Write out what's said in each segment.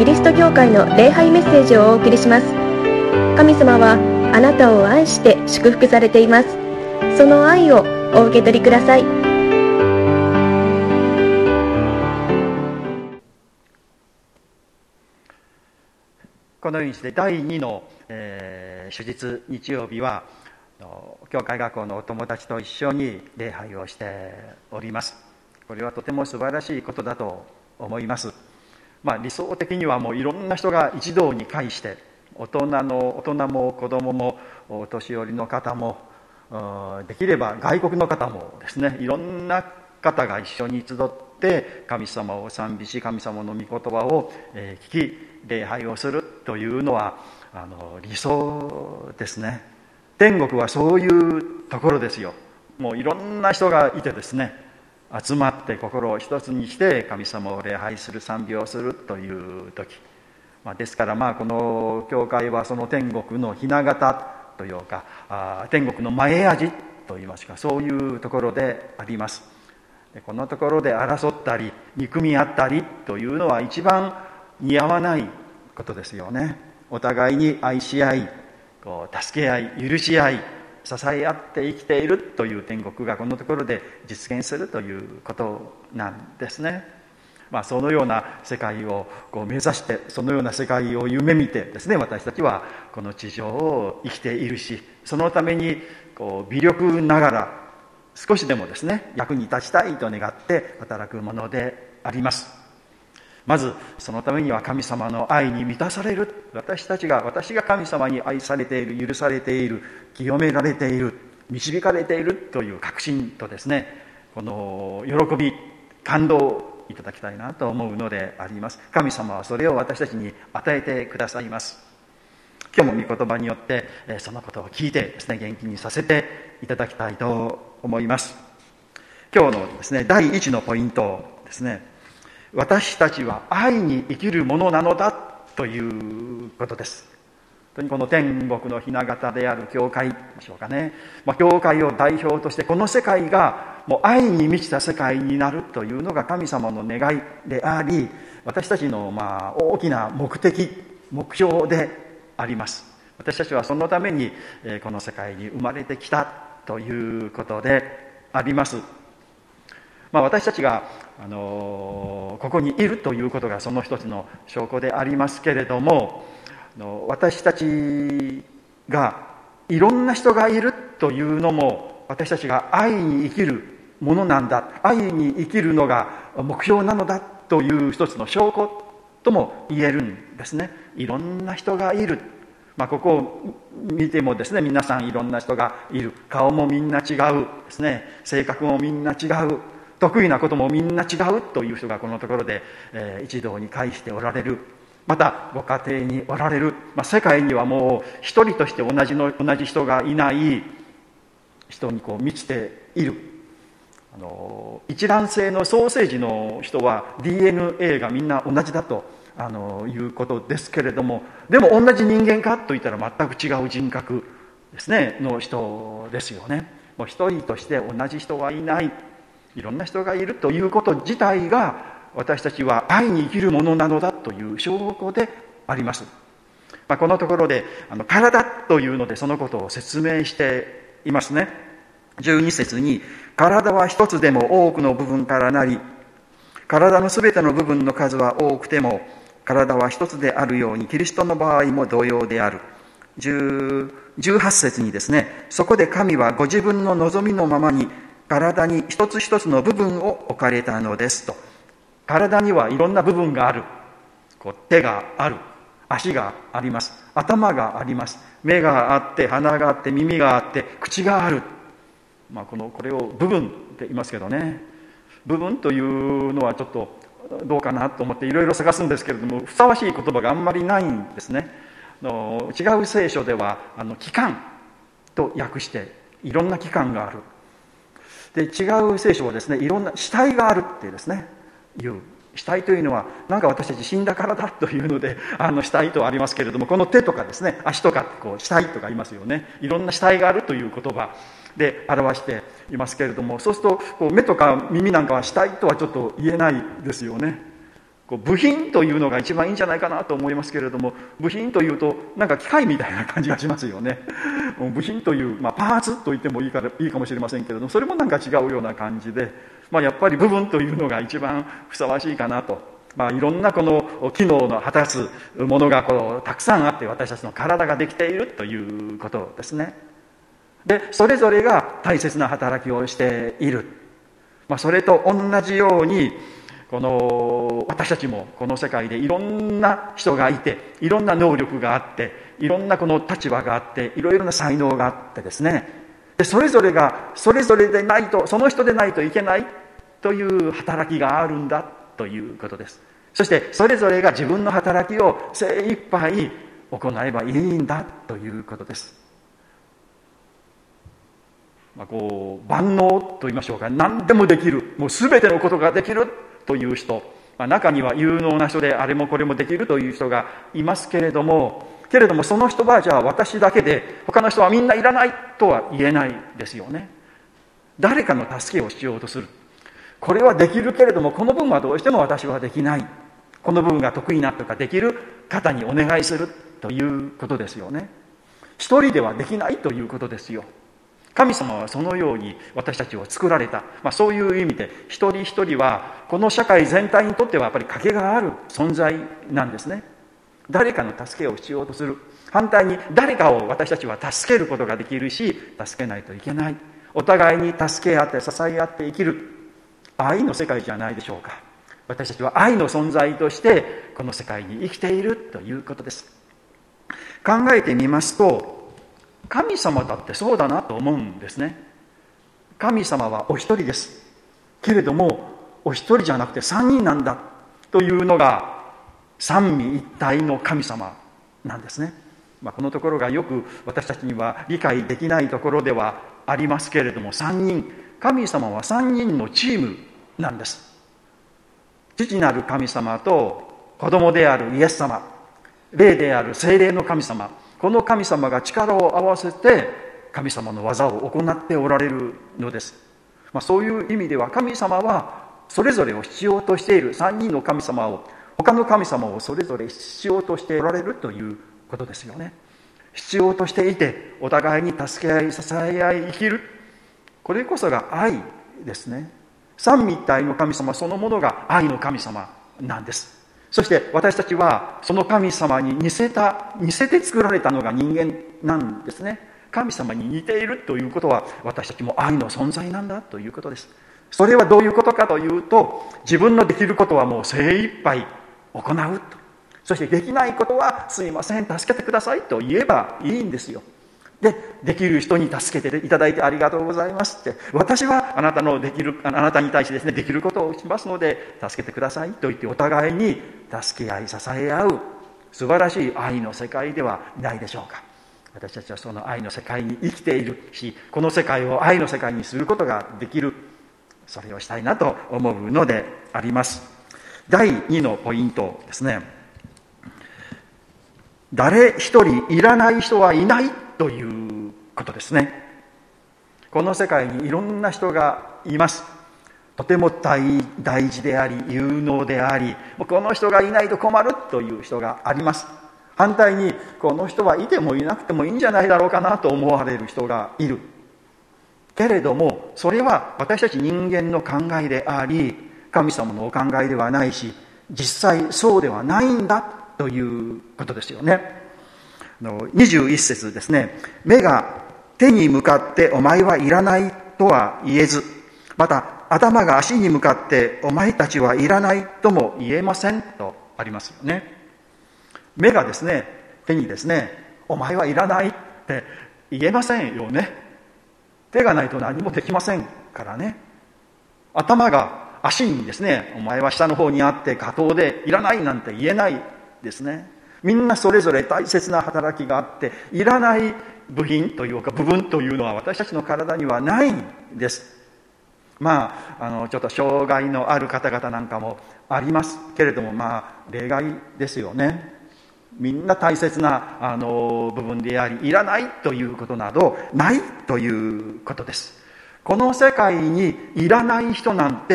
リスト教会の礼拝メッセージをお送りします。神様はあなたを愛して祝福されています。その愛をお受け取りください。 このようにして第2の、主日日曜日は教会学校のお友達と一緒に礼拝をしております。これはとても素晴らしいことだと思います。理想的にはもういろんな人が一堂に会して、大人も子供もお年寄りの方もできれば外国の方もですね、いろんな方が一緒に集って神様を賛美し、神様の御言葉を聞き礼拝をするというのは理想ですね。天国はそういうところですよ。もういろんな人がいてですね、集まって心を一つにして神様を礼拝する、賛美をするという時、ですからこの教会はその天国の雛形というか、天国の前味といいますか、そういうところであります。このところで争ったり憎み合ったりというのは一番似合わないことですよね。お互いに愛し合い、助け合い、許し合い、支え合って生きているという天国がこのところで実現するということなんですね。そのような世界を目指して、そのような世界を夢見てですね、私たちはこの地上を生きているし、そのために微力ながら少しでもですね役に立ちたいと願って働くものであります。まずそのためには神様の愛に満たされる、私が神様に愛されている、許されている、清められている、導かれているという確信とですね、この喜び、感動をいただきたいなと思うのであります。神様はそれを私たちに与えてくださいます。今日も御言葉によってそのことを聞いてですね、元気にさせていただきたいと思います。今日のですね第1のポイントですね、私たちは愛に生きるものなのだということです。本当にこの天国の雛形である教会でしょうかね、教会を代表としてこの世界がもう愛に満ちた世界になるというのが神様の願いであり、私たちの大きな目的、目標であります。私たちはそのためにこの世界に生まれてきたということであります。私たちが、ここにいるということがその一つの証拠でありますけれども、私たちがいろんな人がいるというのも私たちが愛に生きるものなんだ、愛に生きるのが目標なのだという一つの証拠とも言えるんですね。いろんな人がいる、ここを見てもですね、皆さんいろんな人がいる、顔もみんな違うですね、性格もみんな違う、得意なこともみんな違うという人がこのところで、一堂に会しておられる。またご家庭におられる、世界にはもう一人として同じ人がいない人に満ちている。一卵性のソーセージの人は DNA がみんな同じだということですけれども、でも同じ人間かといったら全く違う人格ですねの人ですよね。もう一人として同じ人はいない、いろんな人がいるということ自体が私たちは愛に生きるものなのだという証拠であります。このところで体というのでそのことを説明していますね。12節に、体は一つでも多くの部分からなり、体のすべての部分の数は多くても体は一つであるようにキリストの場合も同様である。18節にですね、そこで神はご自分の望みのままに体に一つ一つの部分を置かれたのですと。体にはいろんな部分がある。手がある、足があります、頭があります、目があって、鼻があって、耳があって、口がある。これを部分って言いますけどね、部分というのはちょっとどうかなと思っていろいろ探すんですけれども、ふさわしい言葉があんまりないんですね。違う聖書では器官と訳していろんな器官がある。で、違う聖書はですね、いろんな死体があるってですねいう。死体というのは私たち死んだからだというので死体とありますけれども、この手とかですね、足とか死体とか言いますよね。いろんな死体があるという言葉で表していますけれども、そうすると目とか耳なんかは死体とはちょっと言えないですよね。 部品というのが一番いいんじゃないかなと思いますけれども、部品というとなんか機械みたいな感じがしますよね。部品という、パーツと言ってもいいかもしれませんけれども、それもなんか違うような感じで、やっぱり部分というのが一番ふさわしいかなと。いろんなこの機能の果たすものがたくさんあって、私たちの体ができているということですね。で、それぞれが大切な働きをしている。それと同じように、私たちもこの世界でいろんな人がいて、いろんな能力があって、いろんなこの立場があって、いろいろな才能があってですね、でそれぞれがそれぞれでないと、その人でないといけないという働きがあるんだということです。そしてそれぞれが自分の働きを精一杯行えばいいんだということです。万能と言いましょうか、何でもできる、もう全てのことができるという人、中には有能な人であれもこれもできるという人がいますけれども、その人はじゃあ私だけで他の人はみんないらないとは言えないですよね。誰かの助けをしようとする。これはできるけれども、この分はどうしても私はできない。この分が得意なとかできる方にお願いするということですよね。一人ではできないということですよ。神様はそのように私たちを作られた、そういう意味で一人一人はこの社会全体にとってはやっぱり賭けがある存在なんですね。誰かの助けをしようとする。反対に誰かを私たちは助けることができるし、助けないといけない。お互いに助け合って支え合って生きる。愛の世界じゃないでしょうか。私たちは愛の存在としてこの世界に生きているということです。考えてみますと、神様だってそうだなと思うんですね。神様はお一人です。けれどもお一人じゃなくて三人なんだというのが三位一体の神様なんですね。このところがよく私たちには理解できないところではありますけれども、神様は三人のチームなんです。父なる神様と子供であるイエス様、霊である聖霊の神様、この神様が力を合わせて神様の技を行っておられるのです。そういう意味では神様はそれぞれを必要としている、三人の神様を、他の神様をそれぞれ必要としておられるということですよね。必要としていて、お互いに助け合い支え合い生きる、これこそが愛ですね。三位一体の神様そのものが愛の神様なんです。そして私たちはその神様に似せて作られたのが人間なんですね。神様に似ているということは、私たちも愛の存在なんだということです。それはどういうことかというと、自分のできることはもう精一杯行うと。そしてできないことはすいません、助けてくださいと言えばいいんですよ。で、できる人に助けていただいてありがとうございますって、私はあなたに対してですね、できることをしますので助けてくださいと言って、お互いに助け合い支え合う素晴らしい愛の世界ではないでしょうか。私たちはその愛の世界に生きているし、この世界を愛の世界にすることができる、それをしたいなと思うのであります。第2のポイントですね。誰一人いらない人はいないということですね。この世界にいろんな人がいます。とても大事であり有能であり、この人がいないと困るという人があります。反対にこの人はいてもいなくてもいいんじゃないだろうかなと思われる人がいる。けれどもそれは私たち人間の考えであり、神様のお考えではないし、実際そうではないんだということですよね。21節ですね。目が手に向かってお前はいらないとは言えず、また頭が足に向かってお前たちはいらないとも言えませんとありますよね。目がですね、手にですね、お前はいらないって言えませんよね。手がないと何もできませんからね。頭が足にですね、お前は下の方にあって下等でいらないなんて言えないですね。みんなそれぞれ大切な働きがあって、いらない部品というか部分というのは私たちの体にはないんです。ちょっと障害のある方々なんかもありますけれども、例外ですよね。みんな大切な部分であり、いらないということなどないということです。この世界にいらない人なんて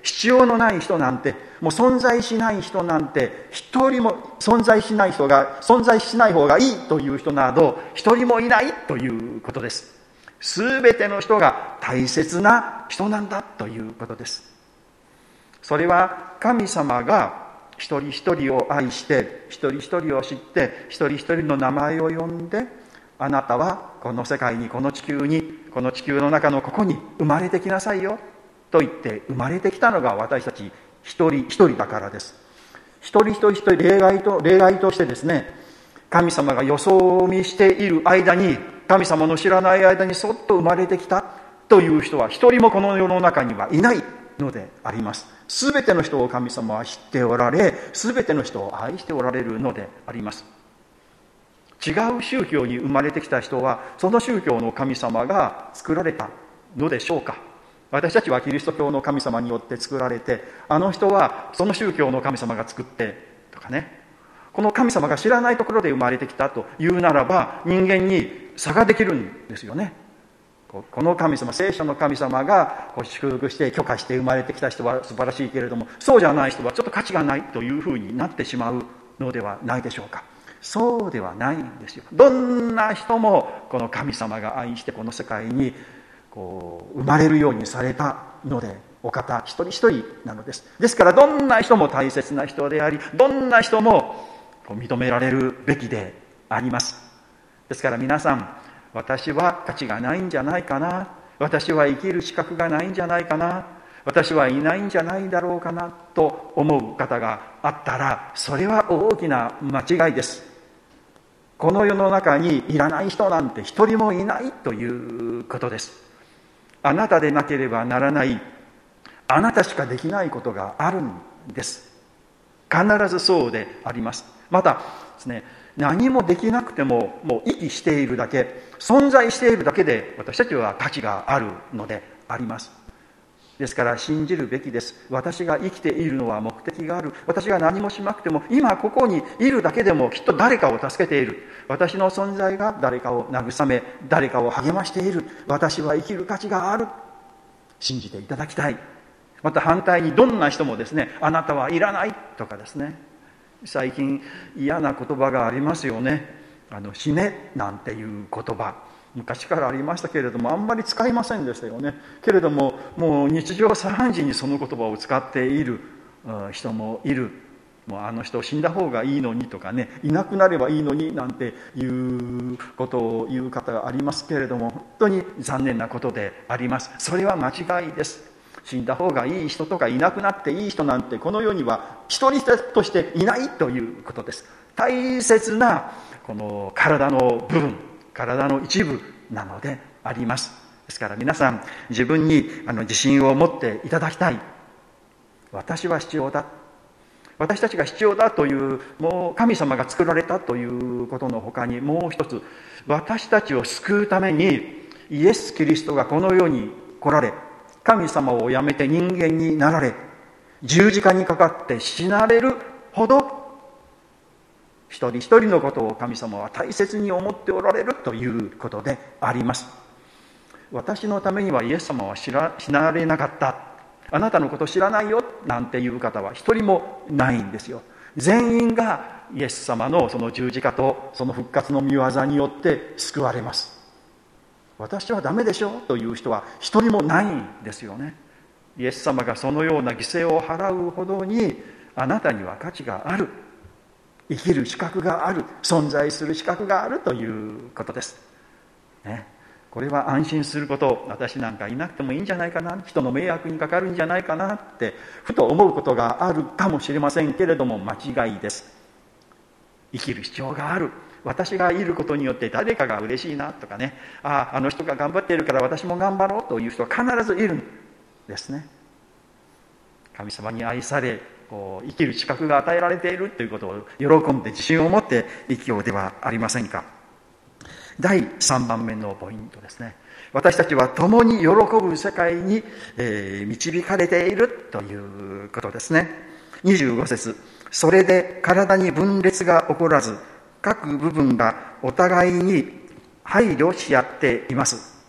必要のない人なんて、もう存在しない人なんて一人も、存在しない方がいいという人など一人もいないということです。すべての人が大切な人なんだということです。それは神様が一人一人を愛して、一人一人を知って、一人一人の名前を呼んで、あなたはこの世界に、この地球の中のここに生まれてきなさいよと言って生まれてきたのが私たち一人一人だからです。一人一人例外としてですね、神様がよそ見している間に、神様の知らない間にそっと生まれてきたという人は一人もこの世の中にはいないのであります。すべての人を神様は知っておられ、すべての人を愛しておられるのであります。違う宗教に生まれてきた人は、その宗教の神様が作られたのでしょうか。私たちはキリスト教の神様によって作られて、あの人はその宗教の神様が作ってとかね、この神様が知らないところで生まれてきたというならば、人間に差ができるんですよね。この神様、聖書の神様が祝福して許可して生まれてきた人は素晴らしいけれども、そうじゃない人はちょっと価値がないというふうになってしまうのではないでしょうか。そうではないんですよ。どんな人もこの神様が愛してこの世界に生まれるようにされたので、お方一人一人なのです。ですからどんな人も大切な人であり、どんな人も認められるべきであります。ですから皆さん、私は価値がないんじゃないかな、私は生きる資格がないんじゃないかな、私はいないんじゃないだろうかなと思う方があったら、それは大きな間違いです。この世の中にいらない人なんて一人もいないということです。あなたでなければならない、あなたしかできないことがあるんです。必ずそうであります。またですね、何もできなくても、もう息しているだけ、存在しているだけで私たちは価値があるのであります。ですから信じるべきです。私が生きているのは目的がある。私が何もしなくても、今ここにいるだけでもきっと誰かを助けている。私の存在が誰かを慰め、誰かを励ましている。私は生きる価値がある。信じていただきたい。また反対にどんな人もですね、あなたはいらないとかですね、最近嫌な言葉がありますよね。死ねなんていう言葉、昔からありましたけれども、あんまり使いませんでしたよね。けれども、もう日常茶飯事にその言葉を使っている人もいる。もうあの人死んだ方がいいのにとかね、いなくなればいいのになんていうことを言う方がありますけれども、本当に残念なことであります。それは間違いです。死んだ方がいい人とかいなくなっていい人なんてこの世には一人としていないということです。大切なこの体の部分、体の一部なのであります。ですから皆さん、自分に自信を持っていただきたい。私は必要だ、私たちが必要だという、もう神様が作られたということの他に、もう一つ、私たちを救うためにイエス・キリストがこの世に来られ、神様をやめて人間になられ、十字架にかかって死なれるほど一人一人のことを神様は大切に思っておられるということであります。私のためにはイエス様は死なれなかった、あなたのこと知らないよなんていう方は一人もないんですよ。全員がイエス様のその十字架とその復活の御業によって救われます。私はダメでしょという人は一人もないんですよね。イエス様がそのような犠牲を払うほどにあなたには価値がある、生きる資格がある、存在する資格があるということです、ね。これは安心すること、私なんかいなくてもいいんじゃないかな、人の迷惑にかかるんじゃないかなってふと思うことがあるかもしれませんけれども、間違いです。生きる必要がある。私がいることによって誰かが嬉しいなとかね、あの人が頑張っているから私も頑張ろうという人は必ずいるんですね。神様に愛され、生きる資格が与えられているということを喜んで自信を持って生きようではありませんか。第3番目のポイントですね。私たちは共に喜ぶ世界に、導かれているということですね。25節、それで体に分裂が起こらず、各部分がお互いに配慮し合っています。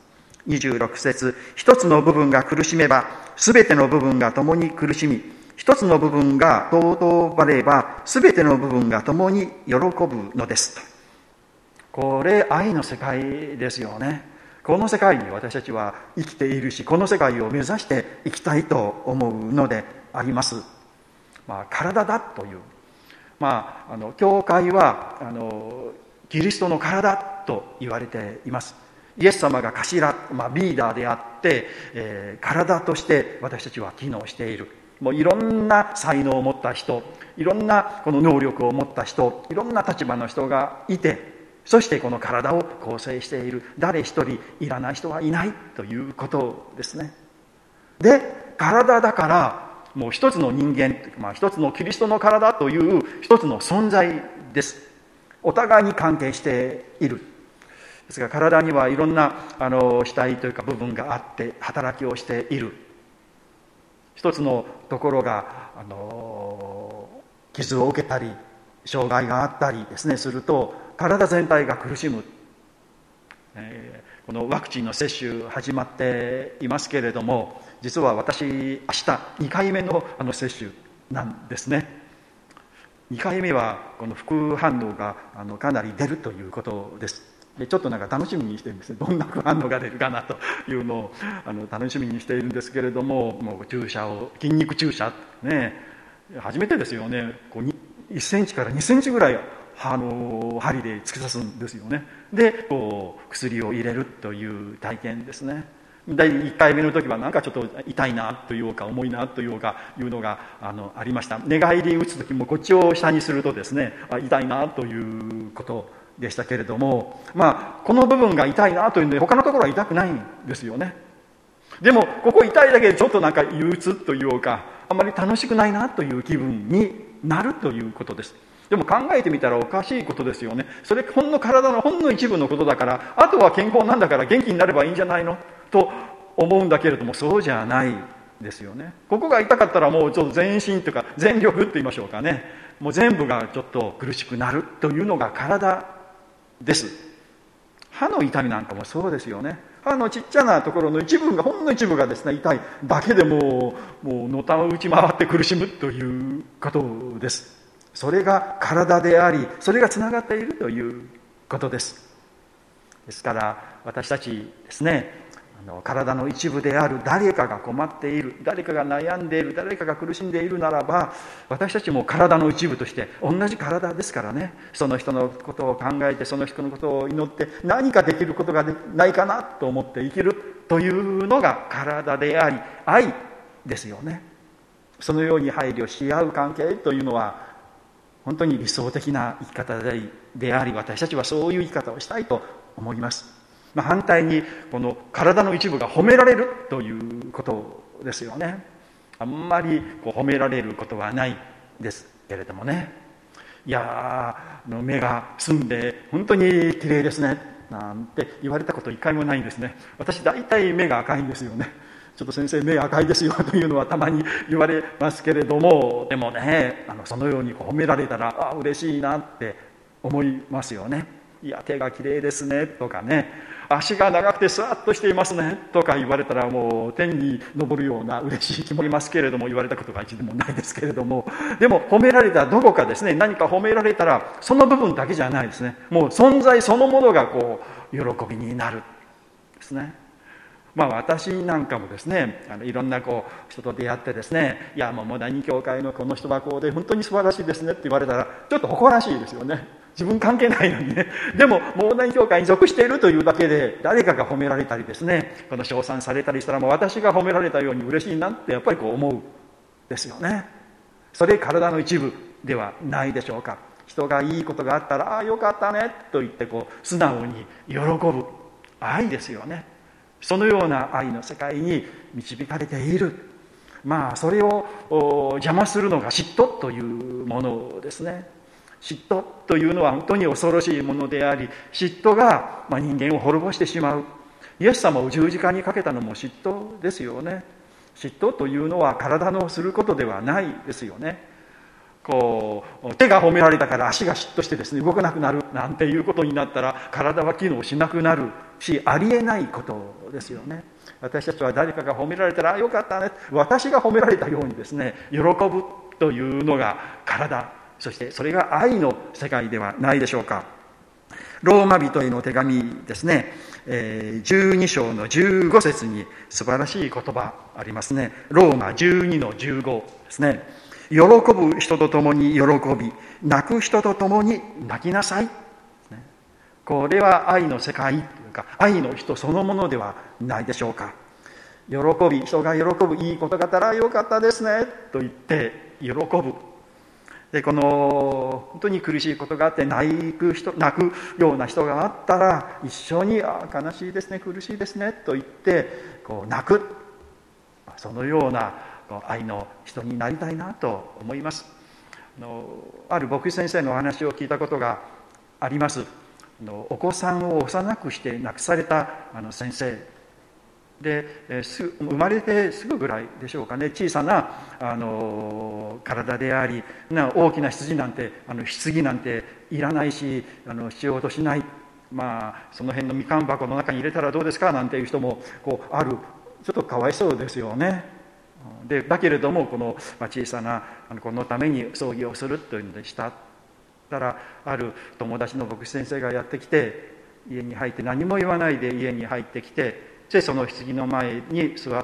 26節、一つの部分が苦しめば、すべての部分が共に苦しみ、一つの部分が尊ばれば、すべての部分が共に喜ぶのですと。これ、愛の世界ですよね。この世界に私たちは生きているし、この世界を目指して生きたいと思うのであります。体だという。教会はキリストの体と言われています。イエス様が頭、リーダーであって、体として私たちは機能している。もういろんな才能を持った人、いろんなこの能力を持った人、いろんな立場の人がいて、そしてこの体を構成している。誰一人いらない人はいないということですね。で、体だからもう一つの人間、一つのキリストの体という一つの存在です。お互いに関係している。ですが体にはいろんな主体というか部分があって働きをしている。一つのところが傷を受けたり障害があったりですねすると体全体が苦しむ。このワクチンの接種始まっていますけれども、実は私明日2回目の接種なんですね。2回目はこの副反応がかなり出るということです。でちょっと楽しみにしてるんですね。どんな副反応が出るかなというのを楽しみにしているんですけれども、もう筋肉注射ね、初めてですよね。1センチから2センチぐらい針で突き刺すんですよね。で薬を入れるという体験ですね。第1回目の時はちょっと痛いなというか重いなというのがありました。寝返り打つ時もこっちを下にするとですね痛いなということでしたけれども、この部分が痛いなというので他のところは痛くないんですよね。でもここ痛いだけでちょっと憂鬱というかあまり楽しくないなという気分になるということです。でも考えてみたらおかしいことですよね。それほんの体のほんの一部のことだから、あとは健康なんだから元気になればいいんじゃないのと思うんだけれども、そうじゃないですよね。ここが痛かったらもうちょっと全身というか全力って言いましょうかね、もう全部がちょっと苦しくなるというのが体です。歯の痛みなんかもそうですよね。歯のちっちゃなところの一部がほんの一部がですね痛いだけでもうのたうち回って苦しむということです。それが体であり、それがつながっているということです。ですから私たちですね、体の一部である誰かが困っている、誰かが悩んでいる、誰かが苦しんでいるならば、私たちも体の一部として同じ体ですからね、その人のことを考えて、その人のことを祈って何かできることがないかなと思って生きるというのが体であり愛ですよね。そのように配慮し合う関係というのは本当に理想的な生き方であり、私たちはそういう生き方をしたいと思います。反対にこの体の一部が褒められるということですよね。あんまり褒められることはないですけれどもね、いや目が澄んで本当に綺麗ですねなんて言われたこと一回もないんですね。私大体目が赤いんですよね。ちょっと先生目赤いですよというのはたまに言われますけれども、でもねそのように褒められたら嬉しいなって思いますよね。いや手が綺麗ですねとかね、足が長くてスワッとしていますねとか言われたらもう天に昇るような嬉しい気もありますけれども、言われたことが一度もないですけれども、でも褒められたどこかですね、何か褒められたらその部分だけじゃないですね、もう存在そのものが喜びになるですね。私なんかもですねいろんな人と出会ってですね、いやもう第二教会のこの人はこうで本当に素晴らしいですねって言われたらちょっと誇らしいですよね。自分関係ないのにね。でももう第二教会に属しているというだけで誰かが褒められたりですね、この称賛されたりしたらもう私が褒められたように嬉しいなってやっぱり思うですよね。それ体の一部ではないでしょうか。人がいいことがあったらよかったねと言って素直に喜ぶ愛ですよね。そのような愛の世界に導かれている。それを邪魔するのが嫉妬というものですね。嫉妬というのは本当に恐ろしいものであり、嫉妬が人間を滅ぼしてしまう。イエス様を十字架にかけたのも嫉妬ですよね。嫉妬というのは体のすることではないですよね。 手が褒められたから足が嫉妬してですね動かなくなるなんていうことになったら体は機能しなくなるし、ありえないことですよね。私たちは誰かが褒められたらよかったね、私が褒められたようにですね喜ぶというのが体、そしてそれが愛の世界ではないでしょうか。ローマ人への手紙ですね、12章の15節に素晴らしい言葉ありますね。ローマ12の15ですね。喜ぶ人と共に喜び、泣く人と共に泣きなさい。これは愛の世界というか愛の人そのものではないでしょうか。喜び、人が喜ぶ、いいことがあったらよかったですねと言って喜ぶ。でこの本当に苦しいことがあって泣くような人があったら一緒に悲しいですね、苦しいですねと言って泣く、そのような愛の人になりたいなと思います。ある牧師先生のお話を聞いたことがあります。お子さんを幼くして亡くされた先生で、生まれてすぐぐらいでしょうかね、小さな体であり、大きな羊なんて棺なんていらないし必要としない、その辺のみかん箱の中に入れたらどうですかなんていう人もある。ちょっとかわいそうですよね。でだけれどもこの小さな子のために葬儀をするというのでしたら、ある友達の牧師先生がやってきて家に入って、何も言わないで家に入ってきて、でその棺の前に座って、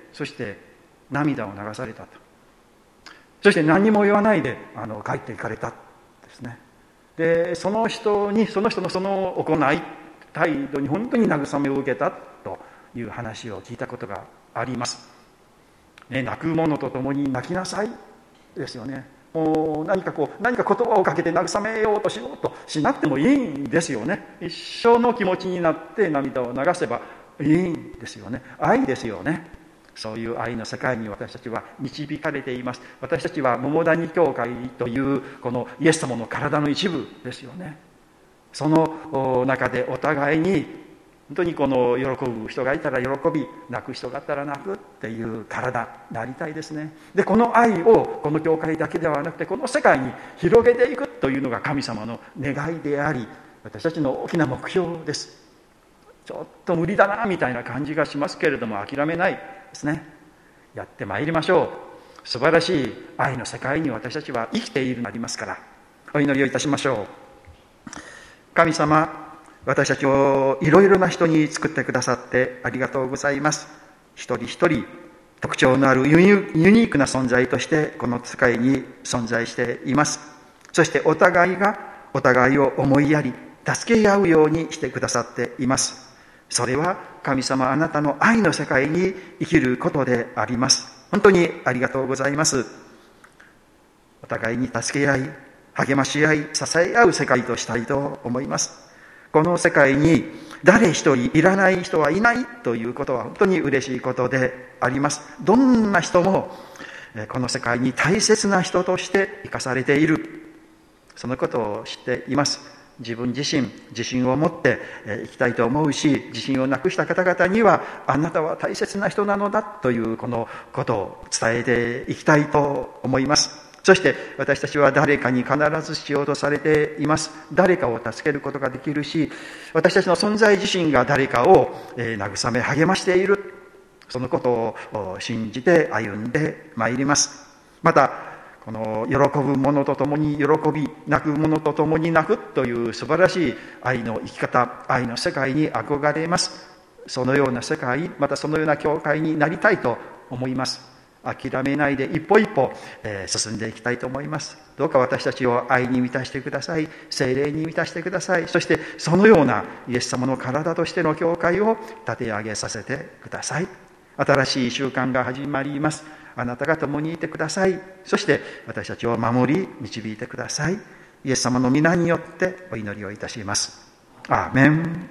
そして涙を流されたと。そして何も言わないで帰っていかれたですね。でその人のその行い態度に本当に慰めを受けたという話を聞いたことがあります。泣く者と共に泣きなさいですよね。もう何か言葉をかけて慰めようとしようとしなくてもいいんですよね。一生の気持ちになって涙を流せばいいんですよね。愛ですよね。そういう愛の世界に私たちは導かれています。私たちは桃谷教会というこのイエス様の体の一部ですよね。その中でお互いに本当に喜ぶ人がいたら喜び、泣く人があったら泣くっていう体になりたいですね。でこの愛をこの教会だけではなくてこの世界に広げていくというのが神様の願いであり、私たちの大きな目標です。ちょっと無理だなみたいな感じがしますけれども諦めないですね。やってまいりましょう。素晴らしい愛の世界に私たちは生きているのでありますから、お祈りをいたしましょう。神様、私たちをいろいろな人に作ってくださってありがとうございます。一人一人特徴のあるユニークな存在としてこの世界に存在しています。そしてお互いがお互いを思いやり助け合うようにしてくださっています。それは神様あなたの愛の世界に生きることであります。本当にありがとうございます。お互いに助け合い励まし合い支え合う世界としたいと思います。この世界に誰一人いらない人はいないということは本当に嬉しいことであります。どんな人もこの世界に大切な人として生かされている、そのことを知っています。自分自身自信を持っていきたいと思うし、自信をなくした方々にはあなたは大切な人なのだというこのことを伝えていきたいと思います。そして私たちは誰かに必ず必要とされています。誰かを助けることができるし、私たちの存在自身が誰かを慰め励ましている、そのことを信じて歩んでまいります。またこの喜ぶ者と共に喜び、泣く者と共に泣くという素晴らしい愛の生き方、愛の世界に憧れます。そのような世界、またそのような教会になりたいと思います。諦めないで一歩一歩、進んでいきたいと思います。どうか私たちを愛に満たしてください。聖霊に満たしてください。そしてそのようなイエス様の体としての教会を立て上げさせてください。新しい習慣が始まります。あなたが共にいてください。そして私たちを守り導いてください。イエス様の皆によってお祈りをいたします。アーメン。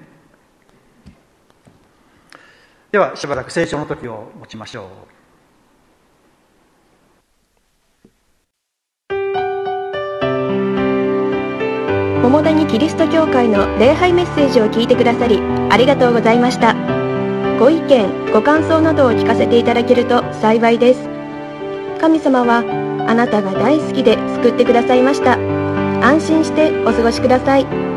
ではしばらく聖書の時を持ちましょう。 桃谷キリスト教会の礼拝メッセージを聞いてくださりありがとうございました。ご意見ご感想などを聞かせていただけると幸いです。神様はあなたが大好きで救ってくださいました。安心してお過ごしください。